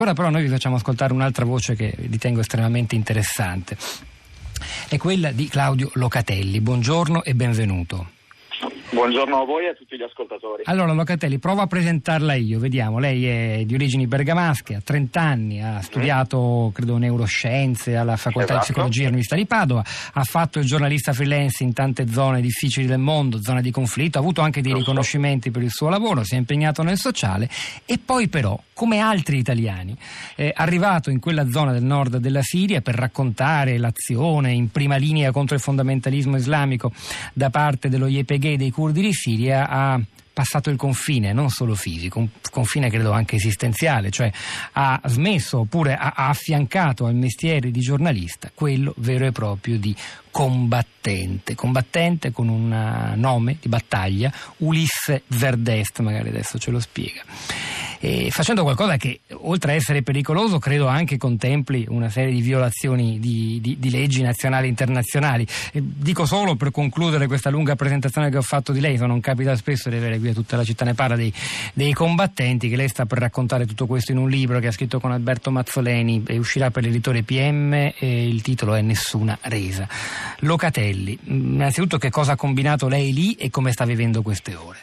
Ora però noi vi facciamo ascoltare un'altra voce che ritengo estremamente interessante. È quella di Claudio Locatelli. Buongiorno e benvenuto. Buongiorno a voi e a tutti gli ascoltatori. Allora Locatelli, provo a presentarla io, vediamo. Lei è di origini bergamasche, ha 30 anni, ha studiato credo neuroscienze alla facoltà di psicologia all'Università di Padova, ha fatto il giornalista freelance in tante zone difficili del mondo, zone di conflitto, ha avuto anche dei riconoscimenti per il suo lavoro, si è impegnato nel sociale e poi però, come altri italiani, è arrivato in quella zona del nord della Siria per raccontare l'azione in prima linea contro il fondamentalismo islamico da parte dello YPG dei curdi di Siria. Ha passato il confine, non solo fisico, un confine credo anche esistenziale, cioè ha smesso oppure ha affiancato al mestiere di giornalista quello vero e proprio di combattente con un nome di battaglia, Ulisse Verdest, magari adesso ce lo spiega. E facendo qualcosa che oltre a essere pericoloso credo anche contempli una serie di violazioni di leggi nazionali e internazionali. Dico solo per concludere questa lunga presentazione che ho fatto di lei, non capita spesso di avere qui a Tutta la città ne parla dei combattenti, che lei sta per raccontare tutto questo in un libro che ha scritto con Alberto Mazzoleni e uscirà per l'editore PM e il titolo è Nessuna resa. Locatelli, innanzitutto che cosa ha combinato lei lì e come sta vivendo queste ore?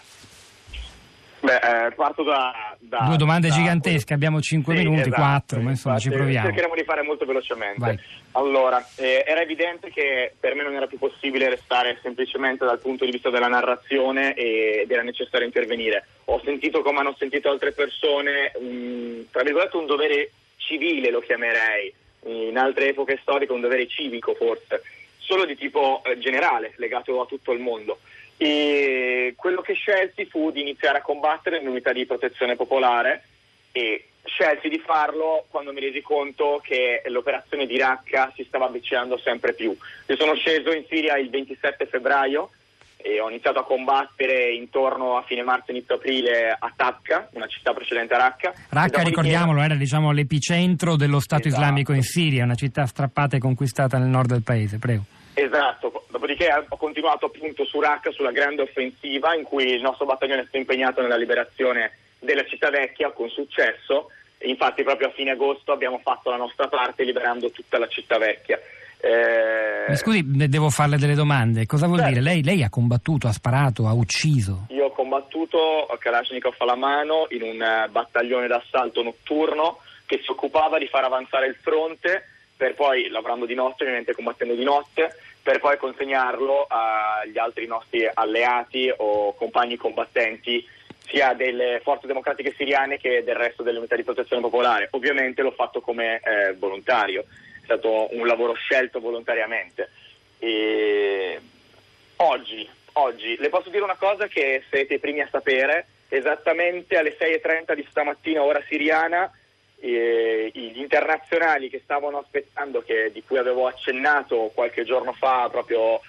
Parto da due domande gigantesche, abbiamo 5 minuti, esatto, 4, ma insomma ci proviamo. Cercheremo di fare molto velocemente. Vai. Allora, era evidente che per me non era più possibile restare semplicemente dal punto di vista della narrazione ed era necessario intervenire. Ho sentito, come hanno sentito altre persone, tra virgolette un dovere civile, lo chiamerei, in altre epoche storiche un dovere civico forse, solo di tipo generale, legato a tutto il mondo. E quello che scelsi fu di iniziare a combattere nell'unità di protezione popolare e scelsi di farlo quando mi resi conto che l'operazione di Raqqa si stava avvicinando sempre più. Io sono sceso in Siria il 27 febbraio e ho iniziato a combattere intorno a fine marzo, inizio aprile a Tabqa, una città precedente a Raqqa. Raqqa, ricordiamolo, era l'epicentro dello Stato islamico in Siria, una città strappata e conquistata nel nord del paese. Prego. Esatto, dopodiché ho continuato appunto su Raqqa, sulla grande offensiva in cui il nostro battaglione si è impegnato nella liberazione della città vecchia con successo. Infatti proprio a fine agosto abbiamo fatto la nostra parte liberando tutta la città vecchia. Mi scusi, devo farle delle domande. Cosa vuol dire? Lei ha combattuto, ha sparato, ha ucciso? Io ho combattuto a Kalashnikov alla mano in un battaglione d'assalto notturno che si occupava di far avanzare il fronte per poi, lavorando di notte, ovviamente combattendo di notte, per poi consegnarlo agli altri nostri alleati o compagni combattenti sia delle forze democratiche siriane che del resto delle unità di protezione popolare. Ovviamente l'ho fatto come volontario, è stato un lavoro scelto volontariamente. E oggi le posso dire una cosa che siete i primi a sapere: esattamente alle 6:30 di stamattina ora siriana, gli internazionali che stavano aspettando, di cui avevo accennato qualche giorno fa proprio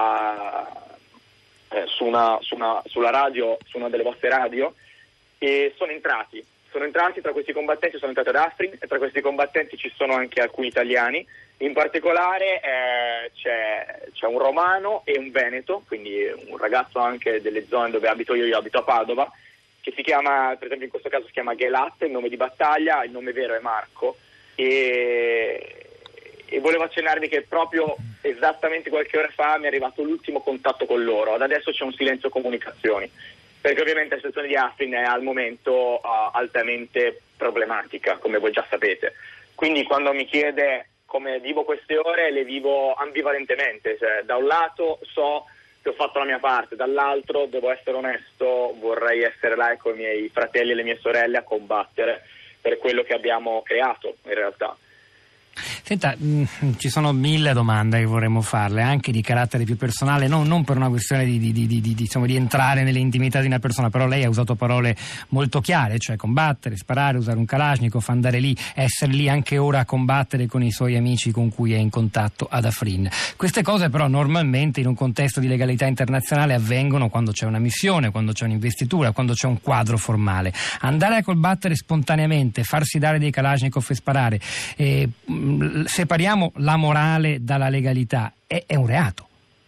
sulla radio, su una delle vostre radio, e sono entrati tra questi combattenti, sono entrati ad Afrin e tra questi combattenti ci sono anche alcuni italiani, in particolare c'è un romano e un veneto, quindi un ragazzo anche delle zone dove abito io abito a Padova, che si chiama, per esempio in questo caso si chiama Gelat, il nome di battaglia, il nome vero è Marco, e volevo accennarvi che proprio esattamente qualche ora fa mi è arrivato l'ultimo contatto con loro. Ad adesso c'è un silenzio comunicazioni, perché ovviamente la situazione di Afrin è al momento altamente problematica, come voi già sapete. Quindi quando mi chiede come vivo queste ore, le vivo ambivalentemente, cioè, da un lato so che ho fatto la mia parte, dall'altro, devo essere onesto, vorrei essere là con i miei fratelli e le mie sorelle a combattere per quello che abbiamo creato in realtà. Senta, ci sono 1000 domande che vorremmo farle, anche di carattere più personale, non per una questione di entrare nelle intimità di una persona, però lei ha usato parole molto chiare, cioè combattere, sparare, usare un Kalashnikov, andare lì, essere lì anche ora a combattere con i suoi amici con cui è in contatto ad Afrin. Queste cose però normalmente in un contesto di legalità internazionale avvengono quando c'è una missione, quando c'è un'investitura, quando c'è un quadro formale. Andare a combattere spontaneamente, farsi dare dei Kalashnikov e sparare, separiamo la morale dalla legalità, è un reato?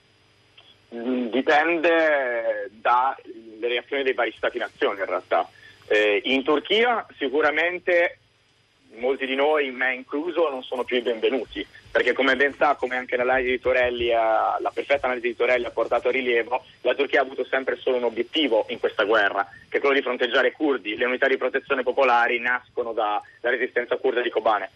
Dipende dalle reazioni dei vari stati-nazione in realtà. In Turchia sicuramente molti di noi, me incluso, non sono più i benvenuti, perché come ben sa, come anche l'analisi di Torelli, la perfetta analisi di Torelli ha portato a rilievo, la Turchia ha avuto sempre solo un obiettivo in questa guerra, che è quello di fronteggiare i curdi. Le unità di protezione popolari nascono dalla resistenza curda di Kobane.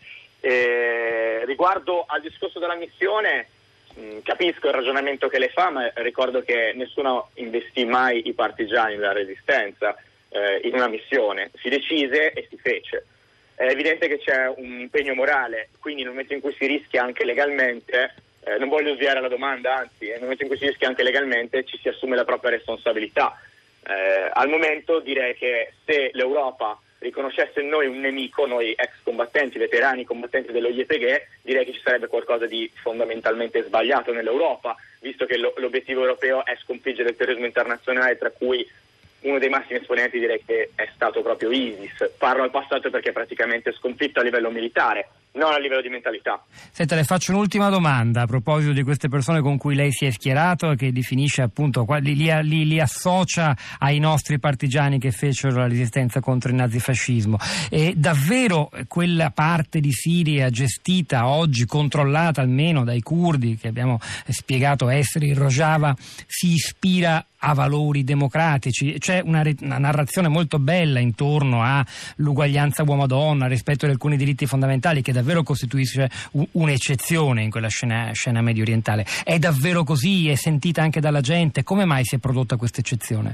Riguardo al discorso della missione, capisco il ragionamento che lei fa, ma ricordo che nessuno investì mai i partigiani della resistenza in una missione. Si decise e si fece. È evidente che c'è un impegno morale, quindi nel momento in cui si rischia anche legalmente, non voglio sviare la domanda, anzi, nel momento in cui si rischia anche legalmente ci si assume la propria responsabilità. Al momento direi che se l'Europa riconoscesse in noi un nemico, noi ex combattenti, veterani combattenti dello YPG, direi che ci sarebbe qualcosa di fondamentalmente sbagliato nell'Europa, visto che l'obiettivo europeo è sconfiggere il terrorismo internazionale, tra cui uno dei massimi esponenti direi che è stato proprio ISIS. Parlo al passato perché è praticamente sconfitto a livello militare, non a livello di mentalità. Senta, le faccio un'ultima domanda a proposito di queste persone con cui lei si è schierato e che definisce appunto, li associa ai nostri partigiani che fecero la resistenza contro il nazifascismo. E davvero quella parte di Siria gestita oggi, controllata almeno dai curdi, che abbiamo spiegato essere il Rojava, si ispira a valori democratici? C'è una narrazione molto bella intorno all'uguaglianza uomo-donna, al rispetto di alcuni diritti fondamentali, che davvero costituisce un'eccezione in quella scena medio orientale. È davvero così? È sentita anche dalla gente? Come mai si è prodotta questa eccezione?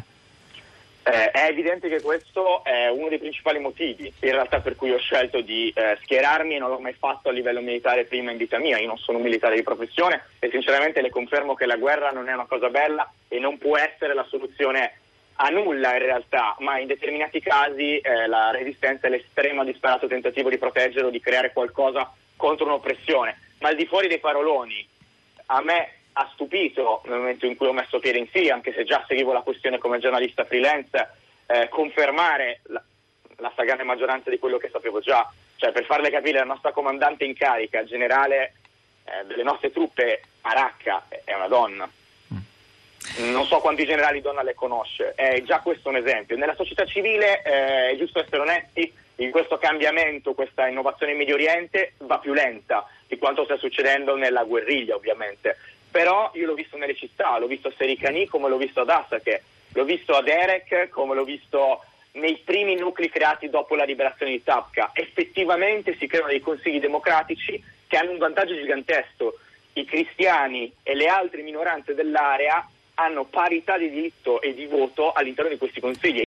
È evidente che questo è uno dei principali motivi in realtà per cui ho scelto di schierarmi, e non l'ho mai fatto a livello militare prima in vita mia. Io non sono un militare di professione e sinceramente le confermo che la guerra non è una cosa bella e non può essere la soluzione a nulla in realtà, ma in determinati casi la resistenza è l'estremo disperato tentativo di proteggere o di creare qualcosa contro un'oppressione. Ma al di fuori dei paroloni, a me ha stupito nel momento in cui ho messo piede in Siria, anche se già seguivo la questione come giornalista freelance, confermare la stragrande maggioranza di quello che sapevo già. Cioè, per farle capire, la nostra comandante in carica, generale delle nostre truppe a Raqqa, è una donna. Non so quanti generali donna le conosce, è già questo un esempio. Nella società civile è giusto essere onesti, in questo cambiamento, questa innovazione in Medio Oriente va più lenta di quanto sta succedendo nella guerriglia, ovviamente. Però io l'ho visto nelle città, l'ho visto a Serikani come l'ho visto ad Asake, l'ho visto ad Erek come l'ho visto nei primi nuclei creati dopo la liberazione di Tabqa. Effettivamente si creano dei consigli democratici che hanno un vantaggio gigantesco. I cristiani e le altre minoranze dell'area hanno parità di diritto e di voto all'interno di questi consigli.